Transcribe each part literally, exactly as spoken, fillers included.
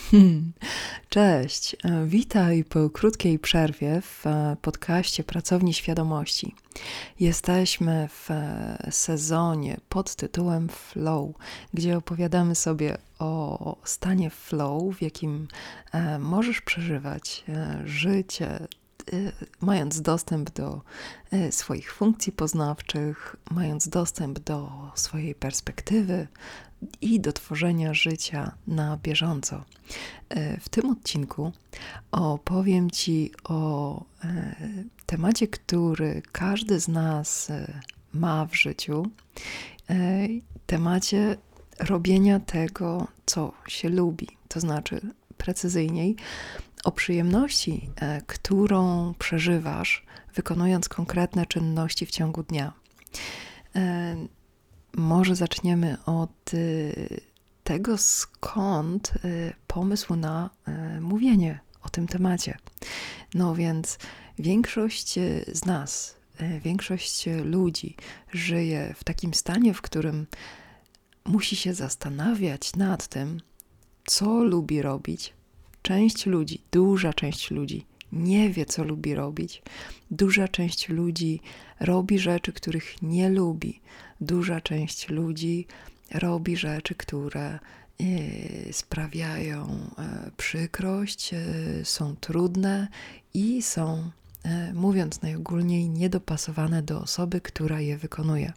Hmm. Cześć, e, witaj po krótkiej przerwie w e, podcaście Pracowni Świadomości. Jesteśmy w e, sezonie pod tytułem Flow, gdzie opowiadamy sobie o stanie flow, w jakim e, możesz przeżywać e, życie, e, mając dostęp do e, swoich funkcji poznawczych, mając dostęp do swojej perspektywy i do tworzenia życia na bieżąco. W tym odcinku opowiem Ci o e, temacie, który każdy z nas e, ma w życiu. E, temacie robienia tego, co się lubi. To znaczy, precyzyjniej, o przyjemności, e, którą przeżywasz, wykonując konkretne czynności w ciągu dnia. E, może zaczniemy od tego, skąd pomysł na mówienie o tym temacie. No więc większość z nas, większość ludzi żyje w takim stanie, w którym musi się zastanawiać nad tym, co lubi robić. Część ludzi, duża część ludzi nie wie, co lubi robić. Duża część ludzi robi rzeczy, których nie lubi. Duża część ludzi robi rzeczy, które sprawiają przykrość, są trudne i są, mówiąc najogólniej, niedopasowane do osoby, która je wykonuje.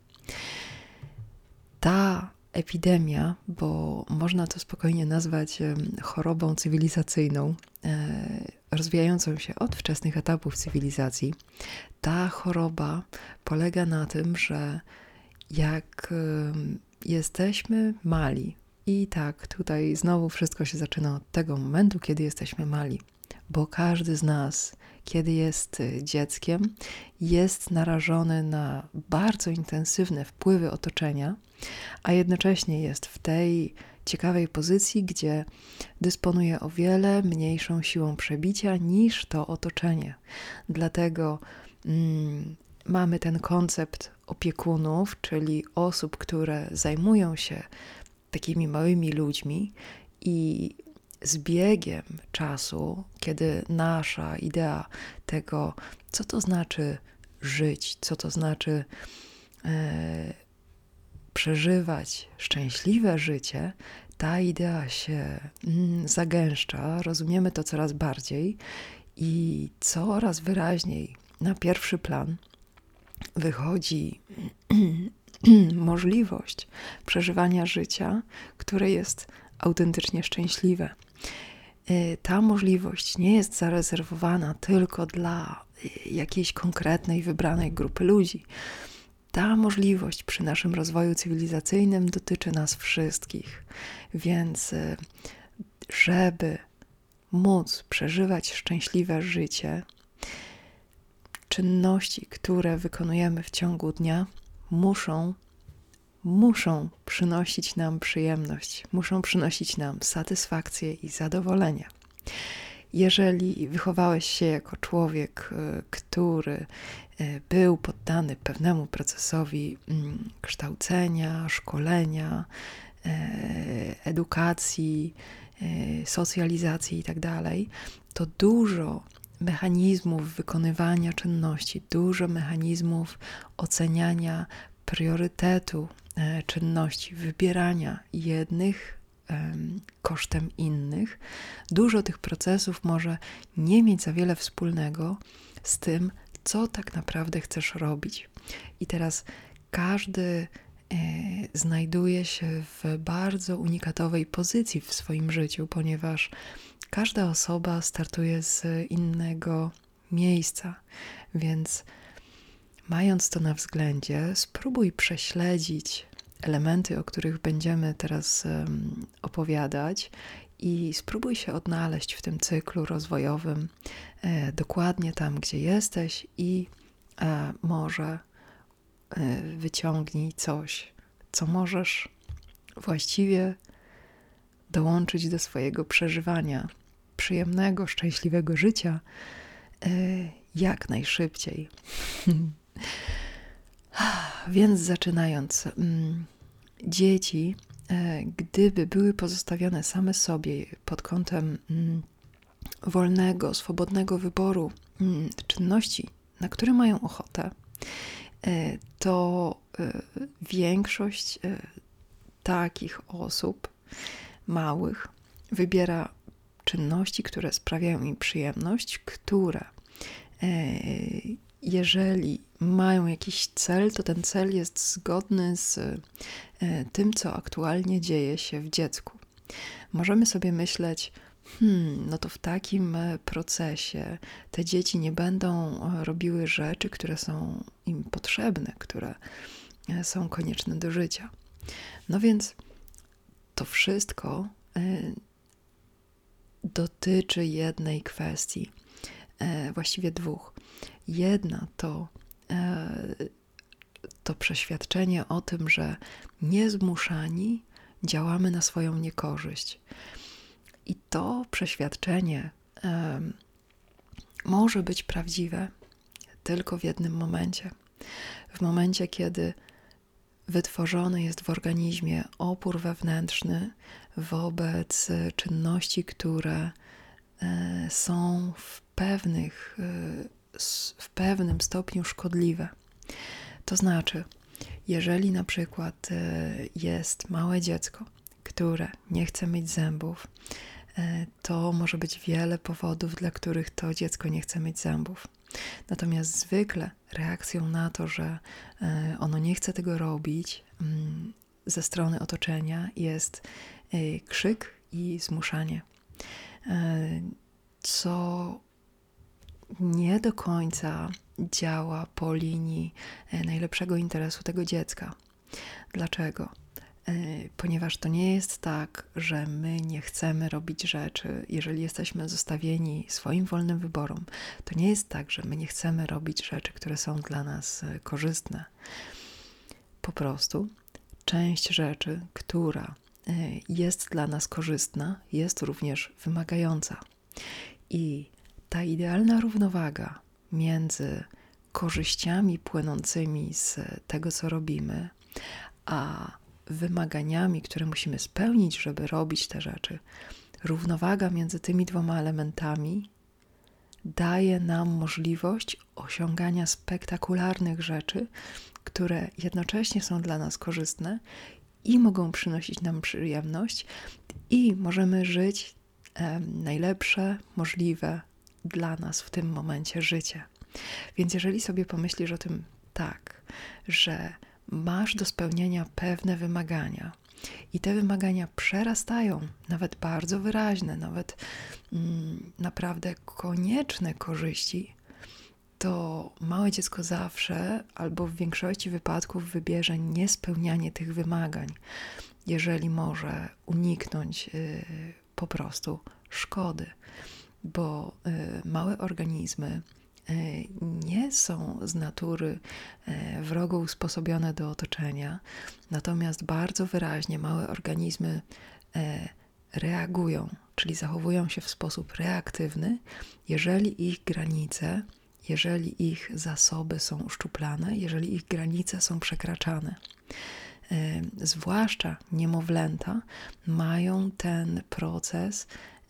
Ta epidemia, bo można to spokojnie nazwać chorobą cywilizacyjną, rozwijającą się od wczesnych etapów cywilizacji, ta choroba polega na tym, że jak jesteśmy mali, i tak tutaj znowu wszystko się zaczyna od tego momentu, kiedy jesteśmy mali, bo każdy z nas, kiedy jest dzieckiem, jest narażony na bardzo intensywne wpływy otoczenia, a jednocześnie jest w tej ciekawej pozycji, gdzie dysponuje o wiele mniejszą siłą przebicia niż to otoczenie. Dlatego mm, mamy ten koncept opiekunów, czyli osób, które zajmują się takimi małymi ludźmi i z biegiem czasu, kiedy nasza idea tego, co to znaczy żyć, co to znaczy e, przeżywać szczęśliwe życie, ta idea się mm, zagęszcza, rozumiemy to coraz bardziej i coraz wyraźniej na pierwszy plan wychodzi możliwość przeżywania życia, które jest autentycznie szczęśliwe. Ta możliwość nie jest zarezerwowana tylko dla jakiejś konkretnej, wybranej grupy ludzi. Ta możliwość przy naszym rozwoju cywilizacyjnym dotyczy nas wszystkich, więc żeby móc przeżywać szczęśliwe życie, czynności, które wykonujemy w ciągu dnia, muszą, muszą przynosić nam przyjemność, muszą przynosić nam satysfakcję i zadowolenie. Jeżeli wychowałeś się jako człowiek, który był poddany pewnemu procesowi kształcenia, szkolenia, edukacji, socjalizacji itd., to dużo mechanizmów wykonywania czynności, dużo mechanizmów oceniania priorytetu czynności, wybierania jednych kosztem innych. Dużo tych procesów może nie mieć za wiele wspólnego z tym, co tak naprawdę chcesz robić. I teraz każdy znajduje się w bardzo unikatowej pozycji w swoim życiu, ponieważ każda osoba startuje z innego miejsca, więc mając to na względzie, spróbuj prześledzić elementy, o których będziemy teraz um, opowiadać i spróbuj się odnaleźć w tym cyklu rozwojowym e, dokładnie tam, gdzie jesteś i e, może e, wyciągnij coś, co możesz właściwie dołączyć do swojego przeżywania przyjemnego, szczęśliwego życia e, jak najszybciej. Więc zaczynając, dzieci gdyby były pozostawione same sobie pod kątem wolnego, swobodnego wyboru czynności, na które mają ochotę, to większość takich osób małych wybiera czynności, które sprawiają im przyjemność, które jeżeli mają jakiś cel, to ten cel jest zgodny z tym, co aktualnie dzieje się w dziecku. Możemy sobie myśleć, hmm, no to w takim procesie te dzieci nie będą robiły rzeczy, które są im potrzebne, które są konieczne do życia. No więc to wszystko dotyczy jednej kwestii, właściwie dwóch. Jedna to, to przeświadczenie o tym, że niezmuszani działamy na swoją niekorzyść. I to przeświadczenie um, może być prawdziwe tylko w jednym momencie. W momencie, kiedy wytworzony jest w organizmie opór wewnętrzny wobec czynności, które e, są w, pewnych, e, w pewnym stopniu szkodliwe. To znaczy, jeżeli na przykład e, jest małe dziecko, które nie chce mieć zębów, to może być wiele powodów, dla których to dziecko nie chce mieć zębów. Natomiast zwykle reakcją na to, że ono nie chce tego robić ze strony otoczenia jest krzyk i zmuszanie, co nie do końca działa po linii najlepszego interesu tego dziecka. Dlaczego? Ponieważ to nie jest tak, że my nie chcemy robić rzeczy, jeżeli jesteśmy zostawieni swoim wolnym wyborom. To nie jest tak, że my nie chcemy robić rzeczy, które są dla nas korzystne. Po prostu część rzeczy, która jest dla nas korzystna, jest również wymagająca. I ta idealna równowaga między korzyściami płynącymi z tego, co robimy, a wymaganiami, które musimy spełnić, żeby robić te rzeczy, równowaga między tymi dwoma elementami daje nam możliwość osiągania spektakularnych rzeczy, które jednocześnie są dla nas korzystne i mogą przynosić nam przyjemność i możemy żyć e, najlepsze możliwe dla nas w tym momencie życie. Więc jeżeli sobie pomyślisz o tym tak, że masz do spełnienia pewne wymagania i te wymagania przerastają nawet bardzo wyraźne, nawet mm, naprawdę konieczne korzyści, to małe dziecko zawsze albo w większości wypadków wybierze niespełnianie tych wymagań, jeżeli może uniknąć y, po prostu szkody, bo y, małe organizmy nie są z natury wrogo usposobione do otoczenia, natomiast bardzo wyraźnie małe organizmy reagują, czyli zachowują się w sposób reaktywny, jeżeli ich granice, jeżeli ich zasoby są uszczuplane, jeżeli ich granice są przekraczane. Zwłaszcza niemowlęta mają ten proces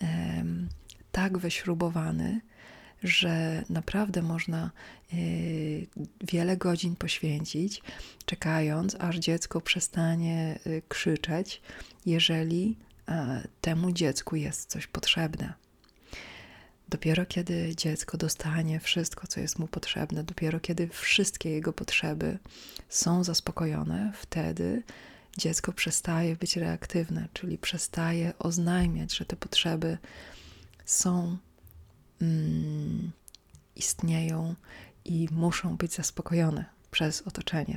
tak wyśrubowany, że naprawdę można y, wiele godzin poświęcić, czekając, aż dziecko przestanie y, krzyczeć, jeżeli y, temu dziecku jest coś potrzebne. Dopiero kiedy dziecko dostanie wszystko, co jest mu potrzebne, dopiero kiedy wszystkie jego potrzeby są zaspokojone, wtedy dziecko przestaje być reaktywne, czyli przestaje oznajmiać, że te potrzeby są Mm, istnieją i muszą być zaspokojone przez otoczenie.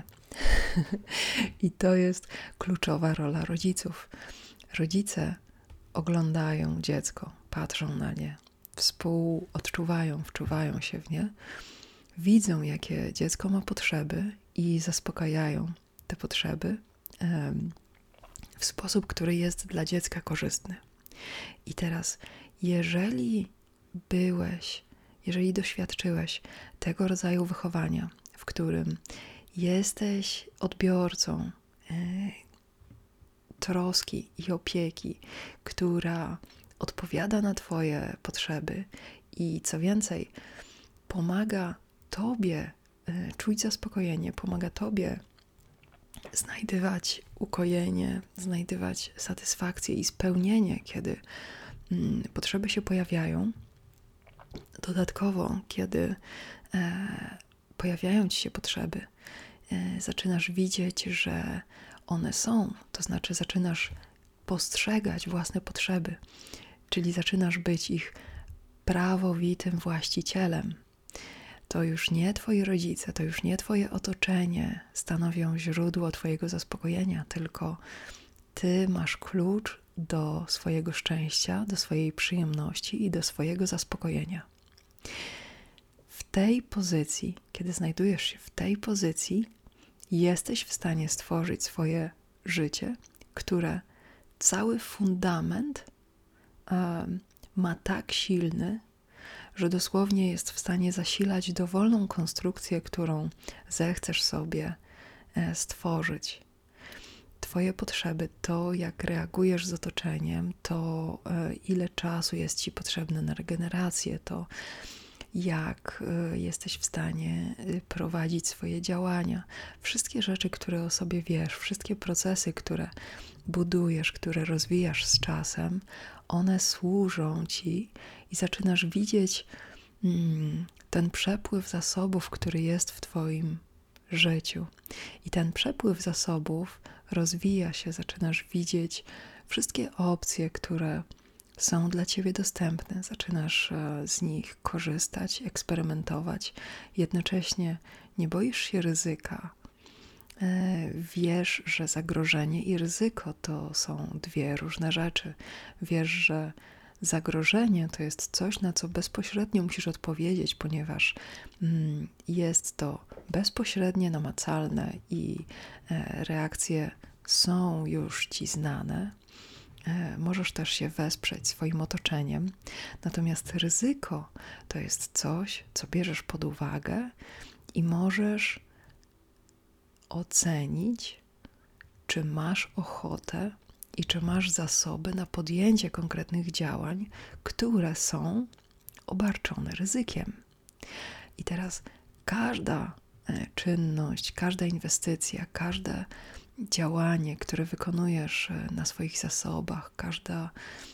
I to jest kluczowa rola rodziców. Rodzice oglądają dziecko, patrzą na nie, współodczuwają, wczuwają się w nie, widzą, jakie dziecko ma potrzeby i zaspokajają te potrzeby um, w sposób, który jest dla dziecka korzystny. I teraz, jeżeli byłeś, jeżeli doświadczyłeś tego rodzaju wychowania, w którym jesteś odbiorcą troski i opieki, która odpowiada na Twoje potrzeby i co więcej, pomaga Tobie y, czuć zaspokojenie, pomaga Tobie znajdywać ukojenie, znajdywać satysfakcję i spełnienie, kiedy mm, potrzeby się pojawiają. Dodatkowo, kiedy e, pojawiają Ci się potrzeby, e, zaczynasz widzieć, że one są, to znaczy zaczynasz postrzegać własne potrzeby, czyli zaczynasz być ich prawowitym właścicielem. To już nie Twoi rodzice, to już nie Twoje otoczenie stanowią źródło Twojego zaspokojenia, tylko Ty masz klucz do swojego szczęścia, do swojej przyjemności i do swojego zaspokojenia. W tej pozycji, kiedy znajdujesz się w tej pozycji, jesteś w stanie stworzyć swoje życie, które cały fundament um, ma tak silny, że dosłownie jest w stanie zasilać dowolną konstrukcję, którą zechcesz sobie e, stworzyć. Twoje potrzeby, to jak reagujesz z otoczeniem, to e, ile czasu jest Ci potrzebne na regenerację, to jak e, jesteś w stanie e, prowadzić swoje działania. Wszystkie rzeczy, które o sobie wiesz, wszystkie procesy, które budujesz, które rozwijasz z czasem, one służą Ci i zaczynasz widzieć mm, ten przepływ zasobów, który jest w Twoim życiu. I ten przepływ zasobów rozwija się, zaczynasz widzieć wszystkie opcje, które są dla Ciebie dostępne. Zaczynasz z nich korzystać, eksperymentować. Jednocześnie nie boisz się ryzyka. Wiesz, że zagrożenie i ryzyko to są dwie różne rzeczy. Wiesz, że zagrożenie to jest coś, na co bezpośrednio musisz odpowiedzieć, ponieważ mm, jest to bezpośrednie, namacalne i e, reakcje są już Ci znane. E, możesz też się wesprzeć swoim otoczeniem. Natomiast ryzyko to jest coś, co bierzesz pod uwagę i możesz ocenić, czy masz ochotę i czy masz zasoby na podjęcie konkretnych działań, które są obarczone ryzykiem. I teraz każda czynność, każda inwestycja, każde działanie, które wykonujesz na swoich zasobach, każda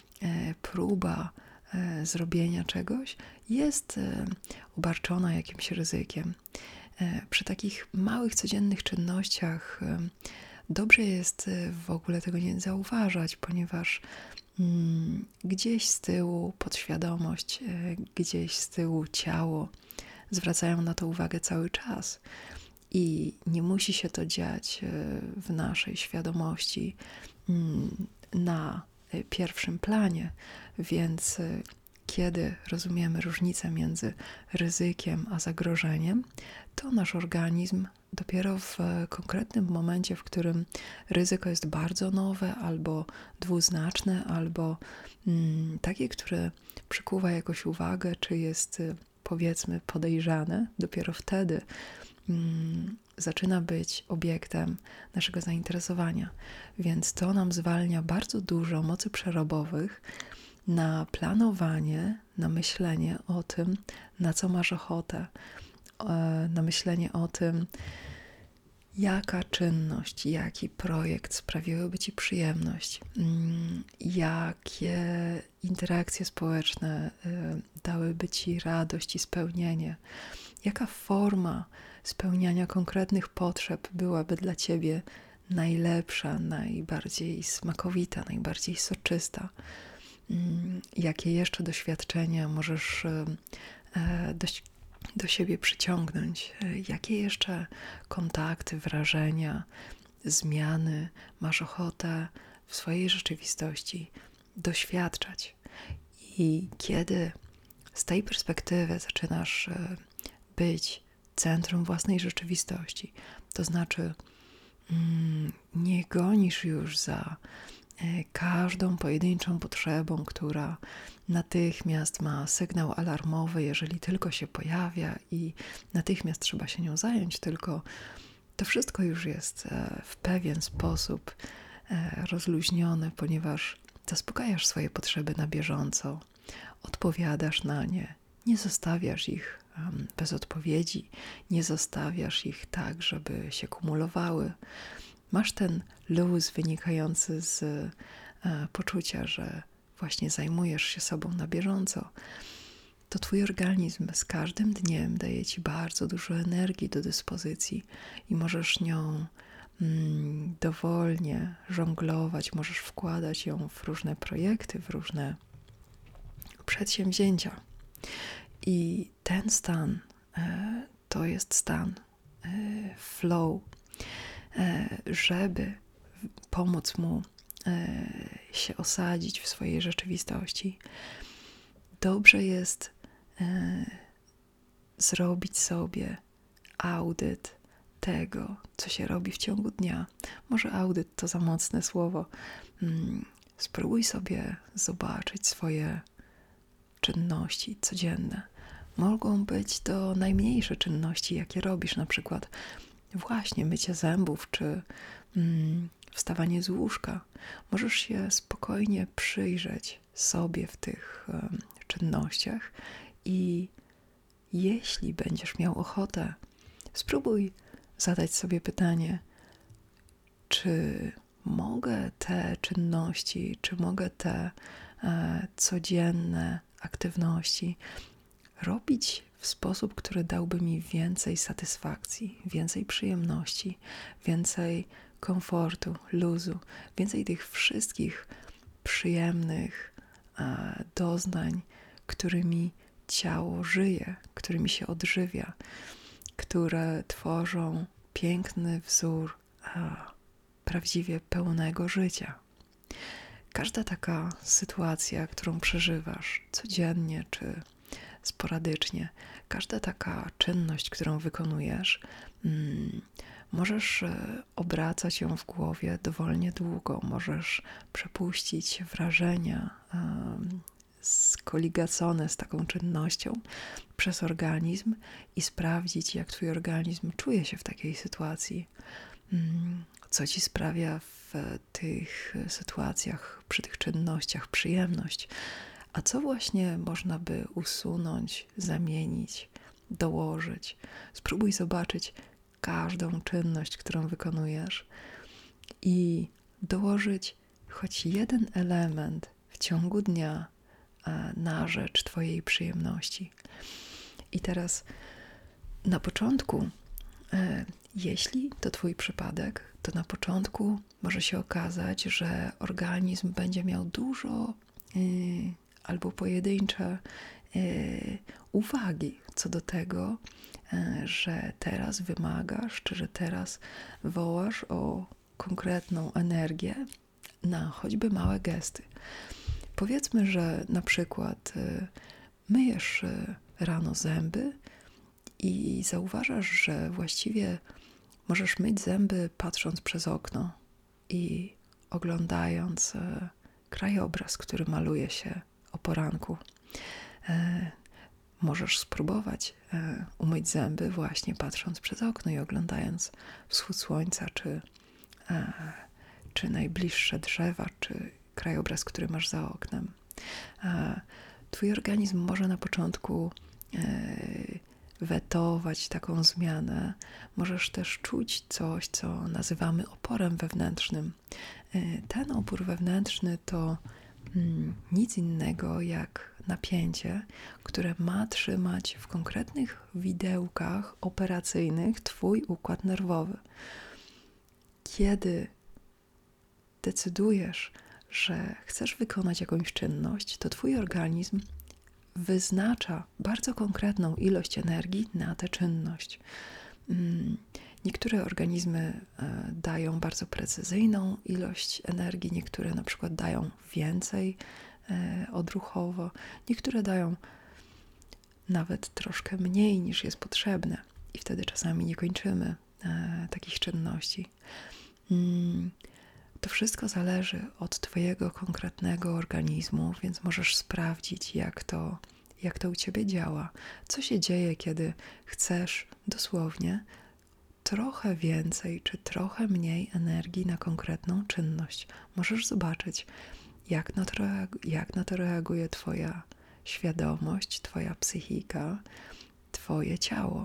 próba zrobienia czegoś jest obarczona jakimś ryzykiem. Przy takich małych, codziennych czynnościach dobrze jest w ogóle tego nie zauważać, ponieważ mm, gdzieś z tyłu podświadomość, gdzieś z tyłu ciało zwracają na to uwagę cały czas. I nie musi się to dziać w naszej świadomości mm, na pierwszym planie, więc kiedy rozumiemy różnicę między ryzykiem a zagrożeniem, to nasz organizm dopiero w konkretnym momencie, w którym ryzyko jest bardzo nowe, albo dwuznaczne, albo mm, takie, które przykuwa jakoś uwagę, czy jest powiedzmy podejrzane, dopiero wtedy mm, zaczyna być obiektem naszego zainteresowania. Więc to nam zwalnia bardzo dużo mocy przerobowych na planowanie, na myślenie o tym, na co masz ochotę, na myślenie o tym, jaka czynność, jaki projekt sprawiłyby Ci przyjemność, jakie interakcje społeczne dałyby Ci radość i spełnienie, jaka forma spełniania konkretnych potrzeb byłaby dla Ciebie najlepsza, najbardziej smakowita, najbardziej soczysta. Jakie jeszcze doświadczenia możesz do, do siebie przyciągnąć, jakie jeszcze kontakty, wrażenia, zmiany masz ochotę w swojej rzeczywistości doświadczać. I kiedy z tej perspektywy zaczynasz być centrum własnej rzeczywistości, to znaczy nie gonisz już za każdą pojedynczą potrzebą, która natychmiast ma sygnał alarmowy, jeżeli tylko się pojawia i natychmiast trzeba się nią zająć, tylko to wszystko już jest w pewien sposób e, rozluźnione, ponieważ zaspokajasz swoje potrzeby na bieżąco, odpowiadasz na nie, nie zostawiasz ich um, bez odpowiedzi, nie zostawiasz ich tak, żeby się kumulowały. Masz ten luz wynikający z e, poczucia, że właśnie zajmujesz się sobą na bieżąco. To twój organizm z każdym dniem daje ci bardzo dużo energii do dyspozycji i możesz nią mm, dowolnie żonglować, możesz wkładać ją w różne projekty, w różne przedsięwzięcia. I ten stan e, to jest stan e, flow, e, żeby pomóc mu e, się osadzić w swojej rzeczywistości. Dobrze jest e, zrobić sobie audyt tego, co się robi w ciągu dnia. Może audyt to za mocne słowo. Mm, spróbuj sobie zobaczyć swoje czynności codzienne. Mogą być to najmniejsze czynności, jakie robisz, na przykład właśnie mycie zębów, czy mm, wstawanie z łóżka. Możesz się spokojnie przyjrzeć sobie w tych um, czynnościach i jeśli będziesz miał ochotę, spróbuj zadać sobie pytanie, czy mogę te czynności, czy mogę te e, codzienne aktywności robić w sposób, który dałby mi więcej satysfakcji, więcej przyjemności, więcej komfortu, luzu, więcej tych wszystkich przyjemnych e, doznań, którymi ciało żyje, którymi się odżywia, które tworzą piękny wzór e, prawdziwie pełnego życia. Każda taka sytuacja, którą przeżywasz codziennie czy sporadycznie, każda taka czynność, którą wykonujesz, mm, możesz obracać ją w głowie dowolnie długo, możesz przepuścić wrażenia um, skoligacone z taką czynnością przez organizm i sprawdzić, jak twój organizm czuje się w takiej sytuacji. Mm, co ci sprawia w tych sytuacjach, przy tych czynnościach przyjemność, a co właśnie można by usunąć, zamienić, dołożyć. Spróbuj zobaczyć każdą czynność, którą wykonujesz i dołożyć choć jeden element w ciągu dnia na rzecz twojej przyjemności. I teraz na początku, jeśli to twój przypadek, to na początku może się okazać, że organizm będzie miał dużo yy, albo pojedyncze yy, uwagi co do tego, yy, że teraz wymagasz, czy że teraz wołasz o konkretną energię na choćby małe gesty. Powiedzmy, że na przykład yy, myjesz yy, rano zęby i zauważasz, że właściwie możesz myć zęby patrząc przez okno i oglądając e, krajobraz, który maluje się o poranku. E, możesz spróbować e, umyć zęby właśnie patrząc przez okno i oglądając wschód słońca, czy, e, czy najbliższe drzewa, czy krajobraz, który masz za oknem. E, twój organizm może na początku e, wetować taką zmianę. Możesz też czuć coś, co nazywamy oporem wewnętrznym. Ten opór wewnętrzny to mm, nic innego jak napięcie, które ma trzymać w konkretnych widełkach operacyjnych twój układ nerwowy. Kiedy decydujesz, że chcesz wykonać jakąś czynność, to twój organizm wyznacza bardzo konkretną ilość energii na tę czynność. Niektóre organizmy dają bardzo precyzyjną ilość energii, niektóre na przykład dają więcej odruchowo, niektóre dają nawet troszkę mniej niż jest potrzebne i wtedy czasami nie kończymy takich czynności. To wszystko zależy od twojego konkretnego organizmu, więc możesz sprawdzić, jak to, jak to u ciebie działa. Co się dzieje, kiedy chcesz dosłownie trochę więcej czy trochę mniej energii na konkretną czynność. Możesz zobaczyć, jak na to, jak na to reaguje Twoja świadomość, Twoja psychika, Twoje ciało.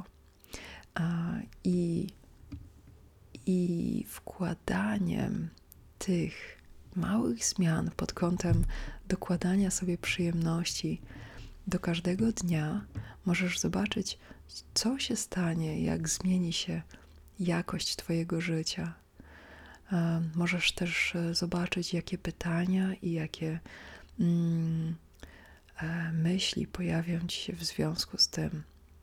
I, i wkładaniem tych małych zmian pod kątem dokładania sobie przyjemności do każdego dnia możesz zobaczyć, co się stanie, jak zmieni się jakość Twojego życia. Możesz też zobaczyć, jakie pytania i jakie mm, myśli pojawią Ci się w związku z tym.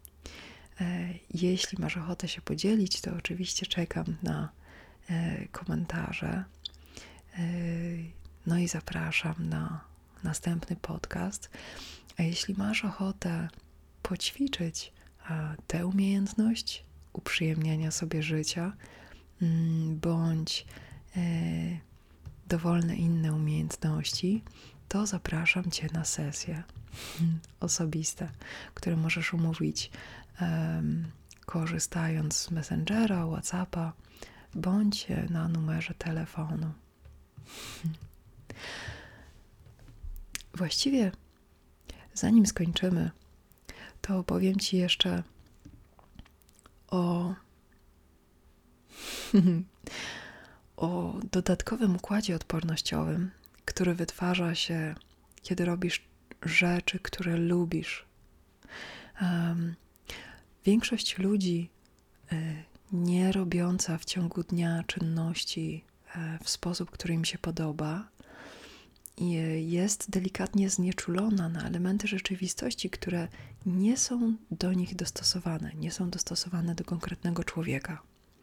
Jeśli masz ochotę się podzielić, to oczywiście czekam na komentarze. No i zapraszam na następny podcast. A jeśli masz ochotę poćwiczyć tę umiejętność uprzyjemniania sobie życia, bądź dowolne inne umiejętności, to zapraszam Cię na sesje osobiste, które możesz umówić um, korzystając z Messengera, WhatsAppa, bądź na numerze telefonu. Właściwie, zanim skończymy, to opowiem Ci jeszcze o, o dodatkowym układzie odpornościowym, który wytwarza się, kiedy robisz rzeczy, które lubisz. Um, większość ludzi y, nie robiąca w ciągu dnia czynności y, w sposób, który im się podoba, y, jest delikatnie znieczulona na elementy rzeczywistości, które nie są do nich dostosowane, nie są dostosowane do konkretnego człowieka.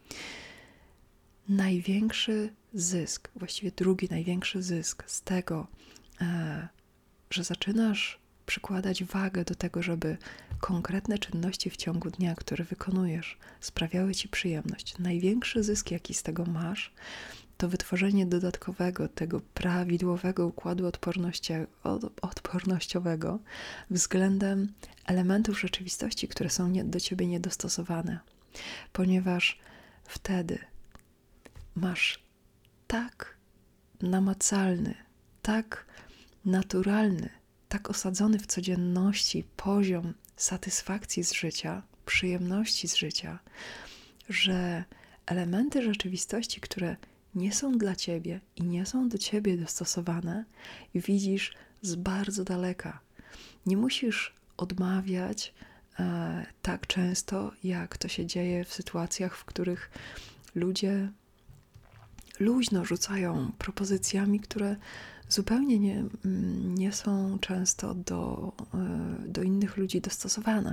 Największy zysk, właściwie drugi największy zysk z tego, e, że zaczynasz przykładać wagę do tego, żeby konkretne czynności w ciągu dnia, które wykonujesz, sprawiały Ci przyjemność. Największy zysk, jaki z tego masz, to wytworzenie dodatkowego, tego prawidłowego układu odporności- odpornościowego względem elementów rzeczywistości, które są nie, do Ciebie niedostosowane. Ponieważ wtedy masz tak namacalny, tak naturalny, tak osadzony w codzienności poziom satysfakcji z życia, przyjemności z życia, że elementy rzeczywistości, które nie są dla Ciebie i nie są do Ciebie dostosowane, widzisz z bardzo daleka. Nie musisz odmawiać e, tak często, jak to się dzieje w sytuacjach, w których ludzie luźno rzucają propozycjami, które zupełnie nie, nie są często do, do innych ludzi dostosowane.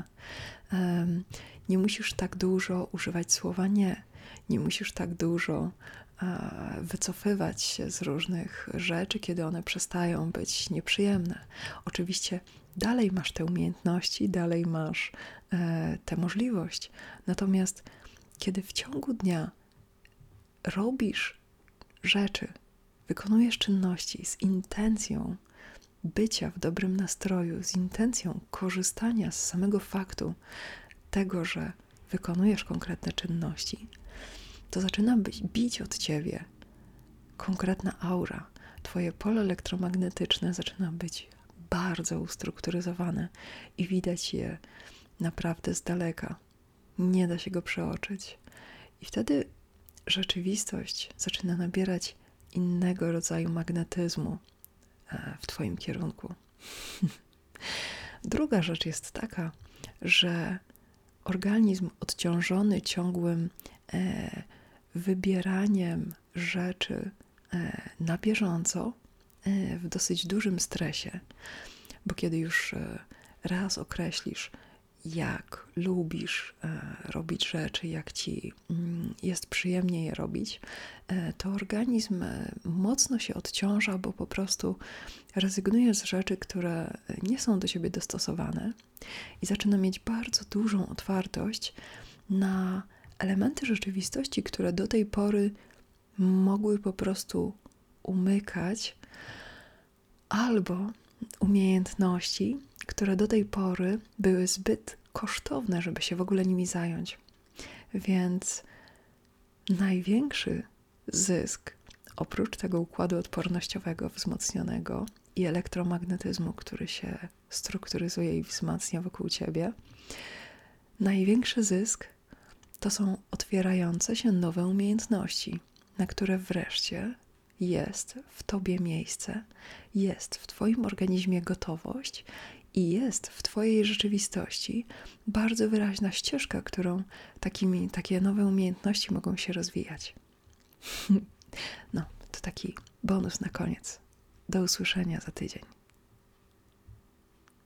Nie musisz tak dużo używać słowa nie. Nie musisz tak dużo wycofywać się z różnych rzeczy, kiedy one przestają być nieprzyjemne. Oczywiście dalej masz te umiejętności, dalej masz tę możliwość. Natomiast kiedy w ciągu dnia robisz rzeczy, wykonujesz czynności z intencją bycia w dobrym nastroju, z intencją korzystania z samego faktu tego, że wykonujesz konkretne czynności, to zaczyna być, bić od Ciebie konkretna aura. Twoje pole elektromagnetyczne zaczyna być bardzo ustrukturyzowane i widać je naprawdę z daleka. Nie da się go przeoczyć. I wtedy rzeczywistość zaczyna nabierać innego rodzaju magnetyzmu w Twoim kierunku. Druga rzecz jest taka, że organizm odciążony ciągłym e, wybieraniem rzeczy e, na bieżąco, e, w dosyć dużym stresie, bo kiedy już e, raz określisz, jak lubisz e, robić rzeczy, jak Ci mm, jest przyjemnie je robić, e, to organizm e, mocno się odciąża, bo po prostu rezygnuje z rzeczy, które nie są do Ciebie dostosowane i zaczyna mieć bardzo dużą otwartość na elementy rzeczywistości, które do tej pory mogły po prostu umykać, albo umiejętności, które do tej pory były zbyt kosztowne, żeby się w ogóle nimi zająć. Więc Największy zysk, oprócz tego układu odpornościowego wzmocnionego i elektromagnetyzmu, który się strukturyzuje i wzmacnia wokół ciebie, największy zysk to są otwierające się nowe umiejętności, na które wreszcie jest w tobie miejsce, jest w twoim organizmie gotowość i jest w twojej rzeczywistości bardzo wyraźna ścieżka, którą takimi, takie nowe umiejętności mogą się rozwijać. No, to taki bonus na koniec. Do usłyszenia za tydzień.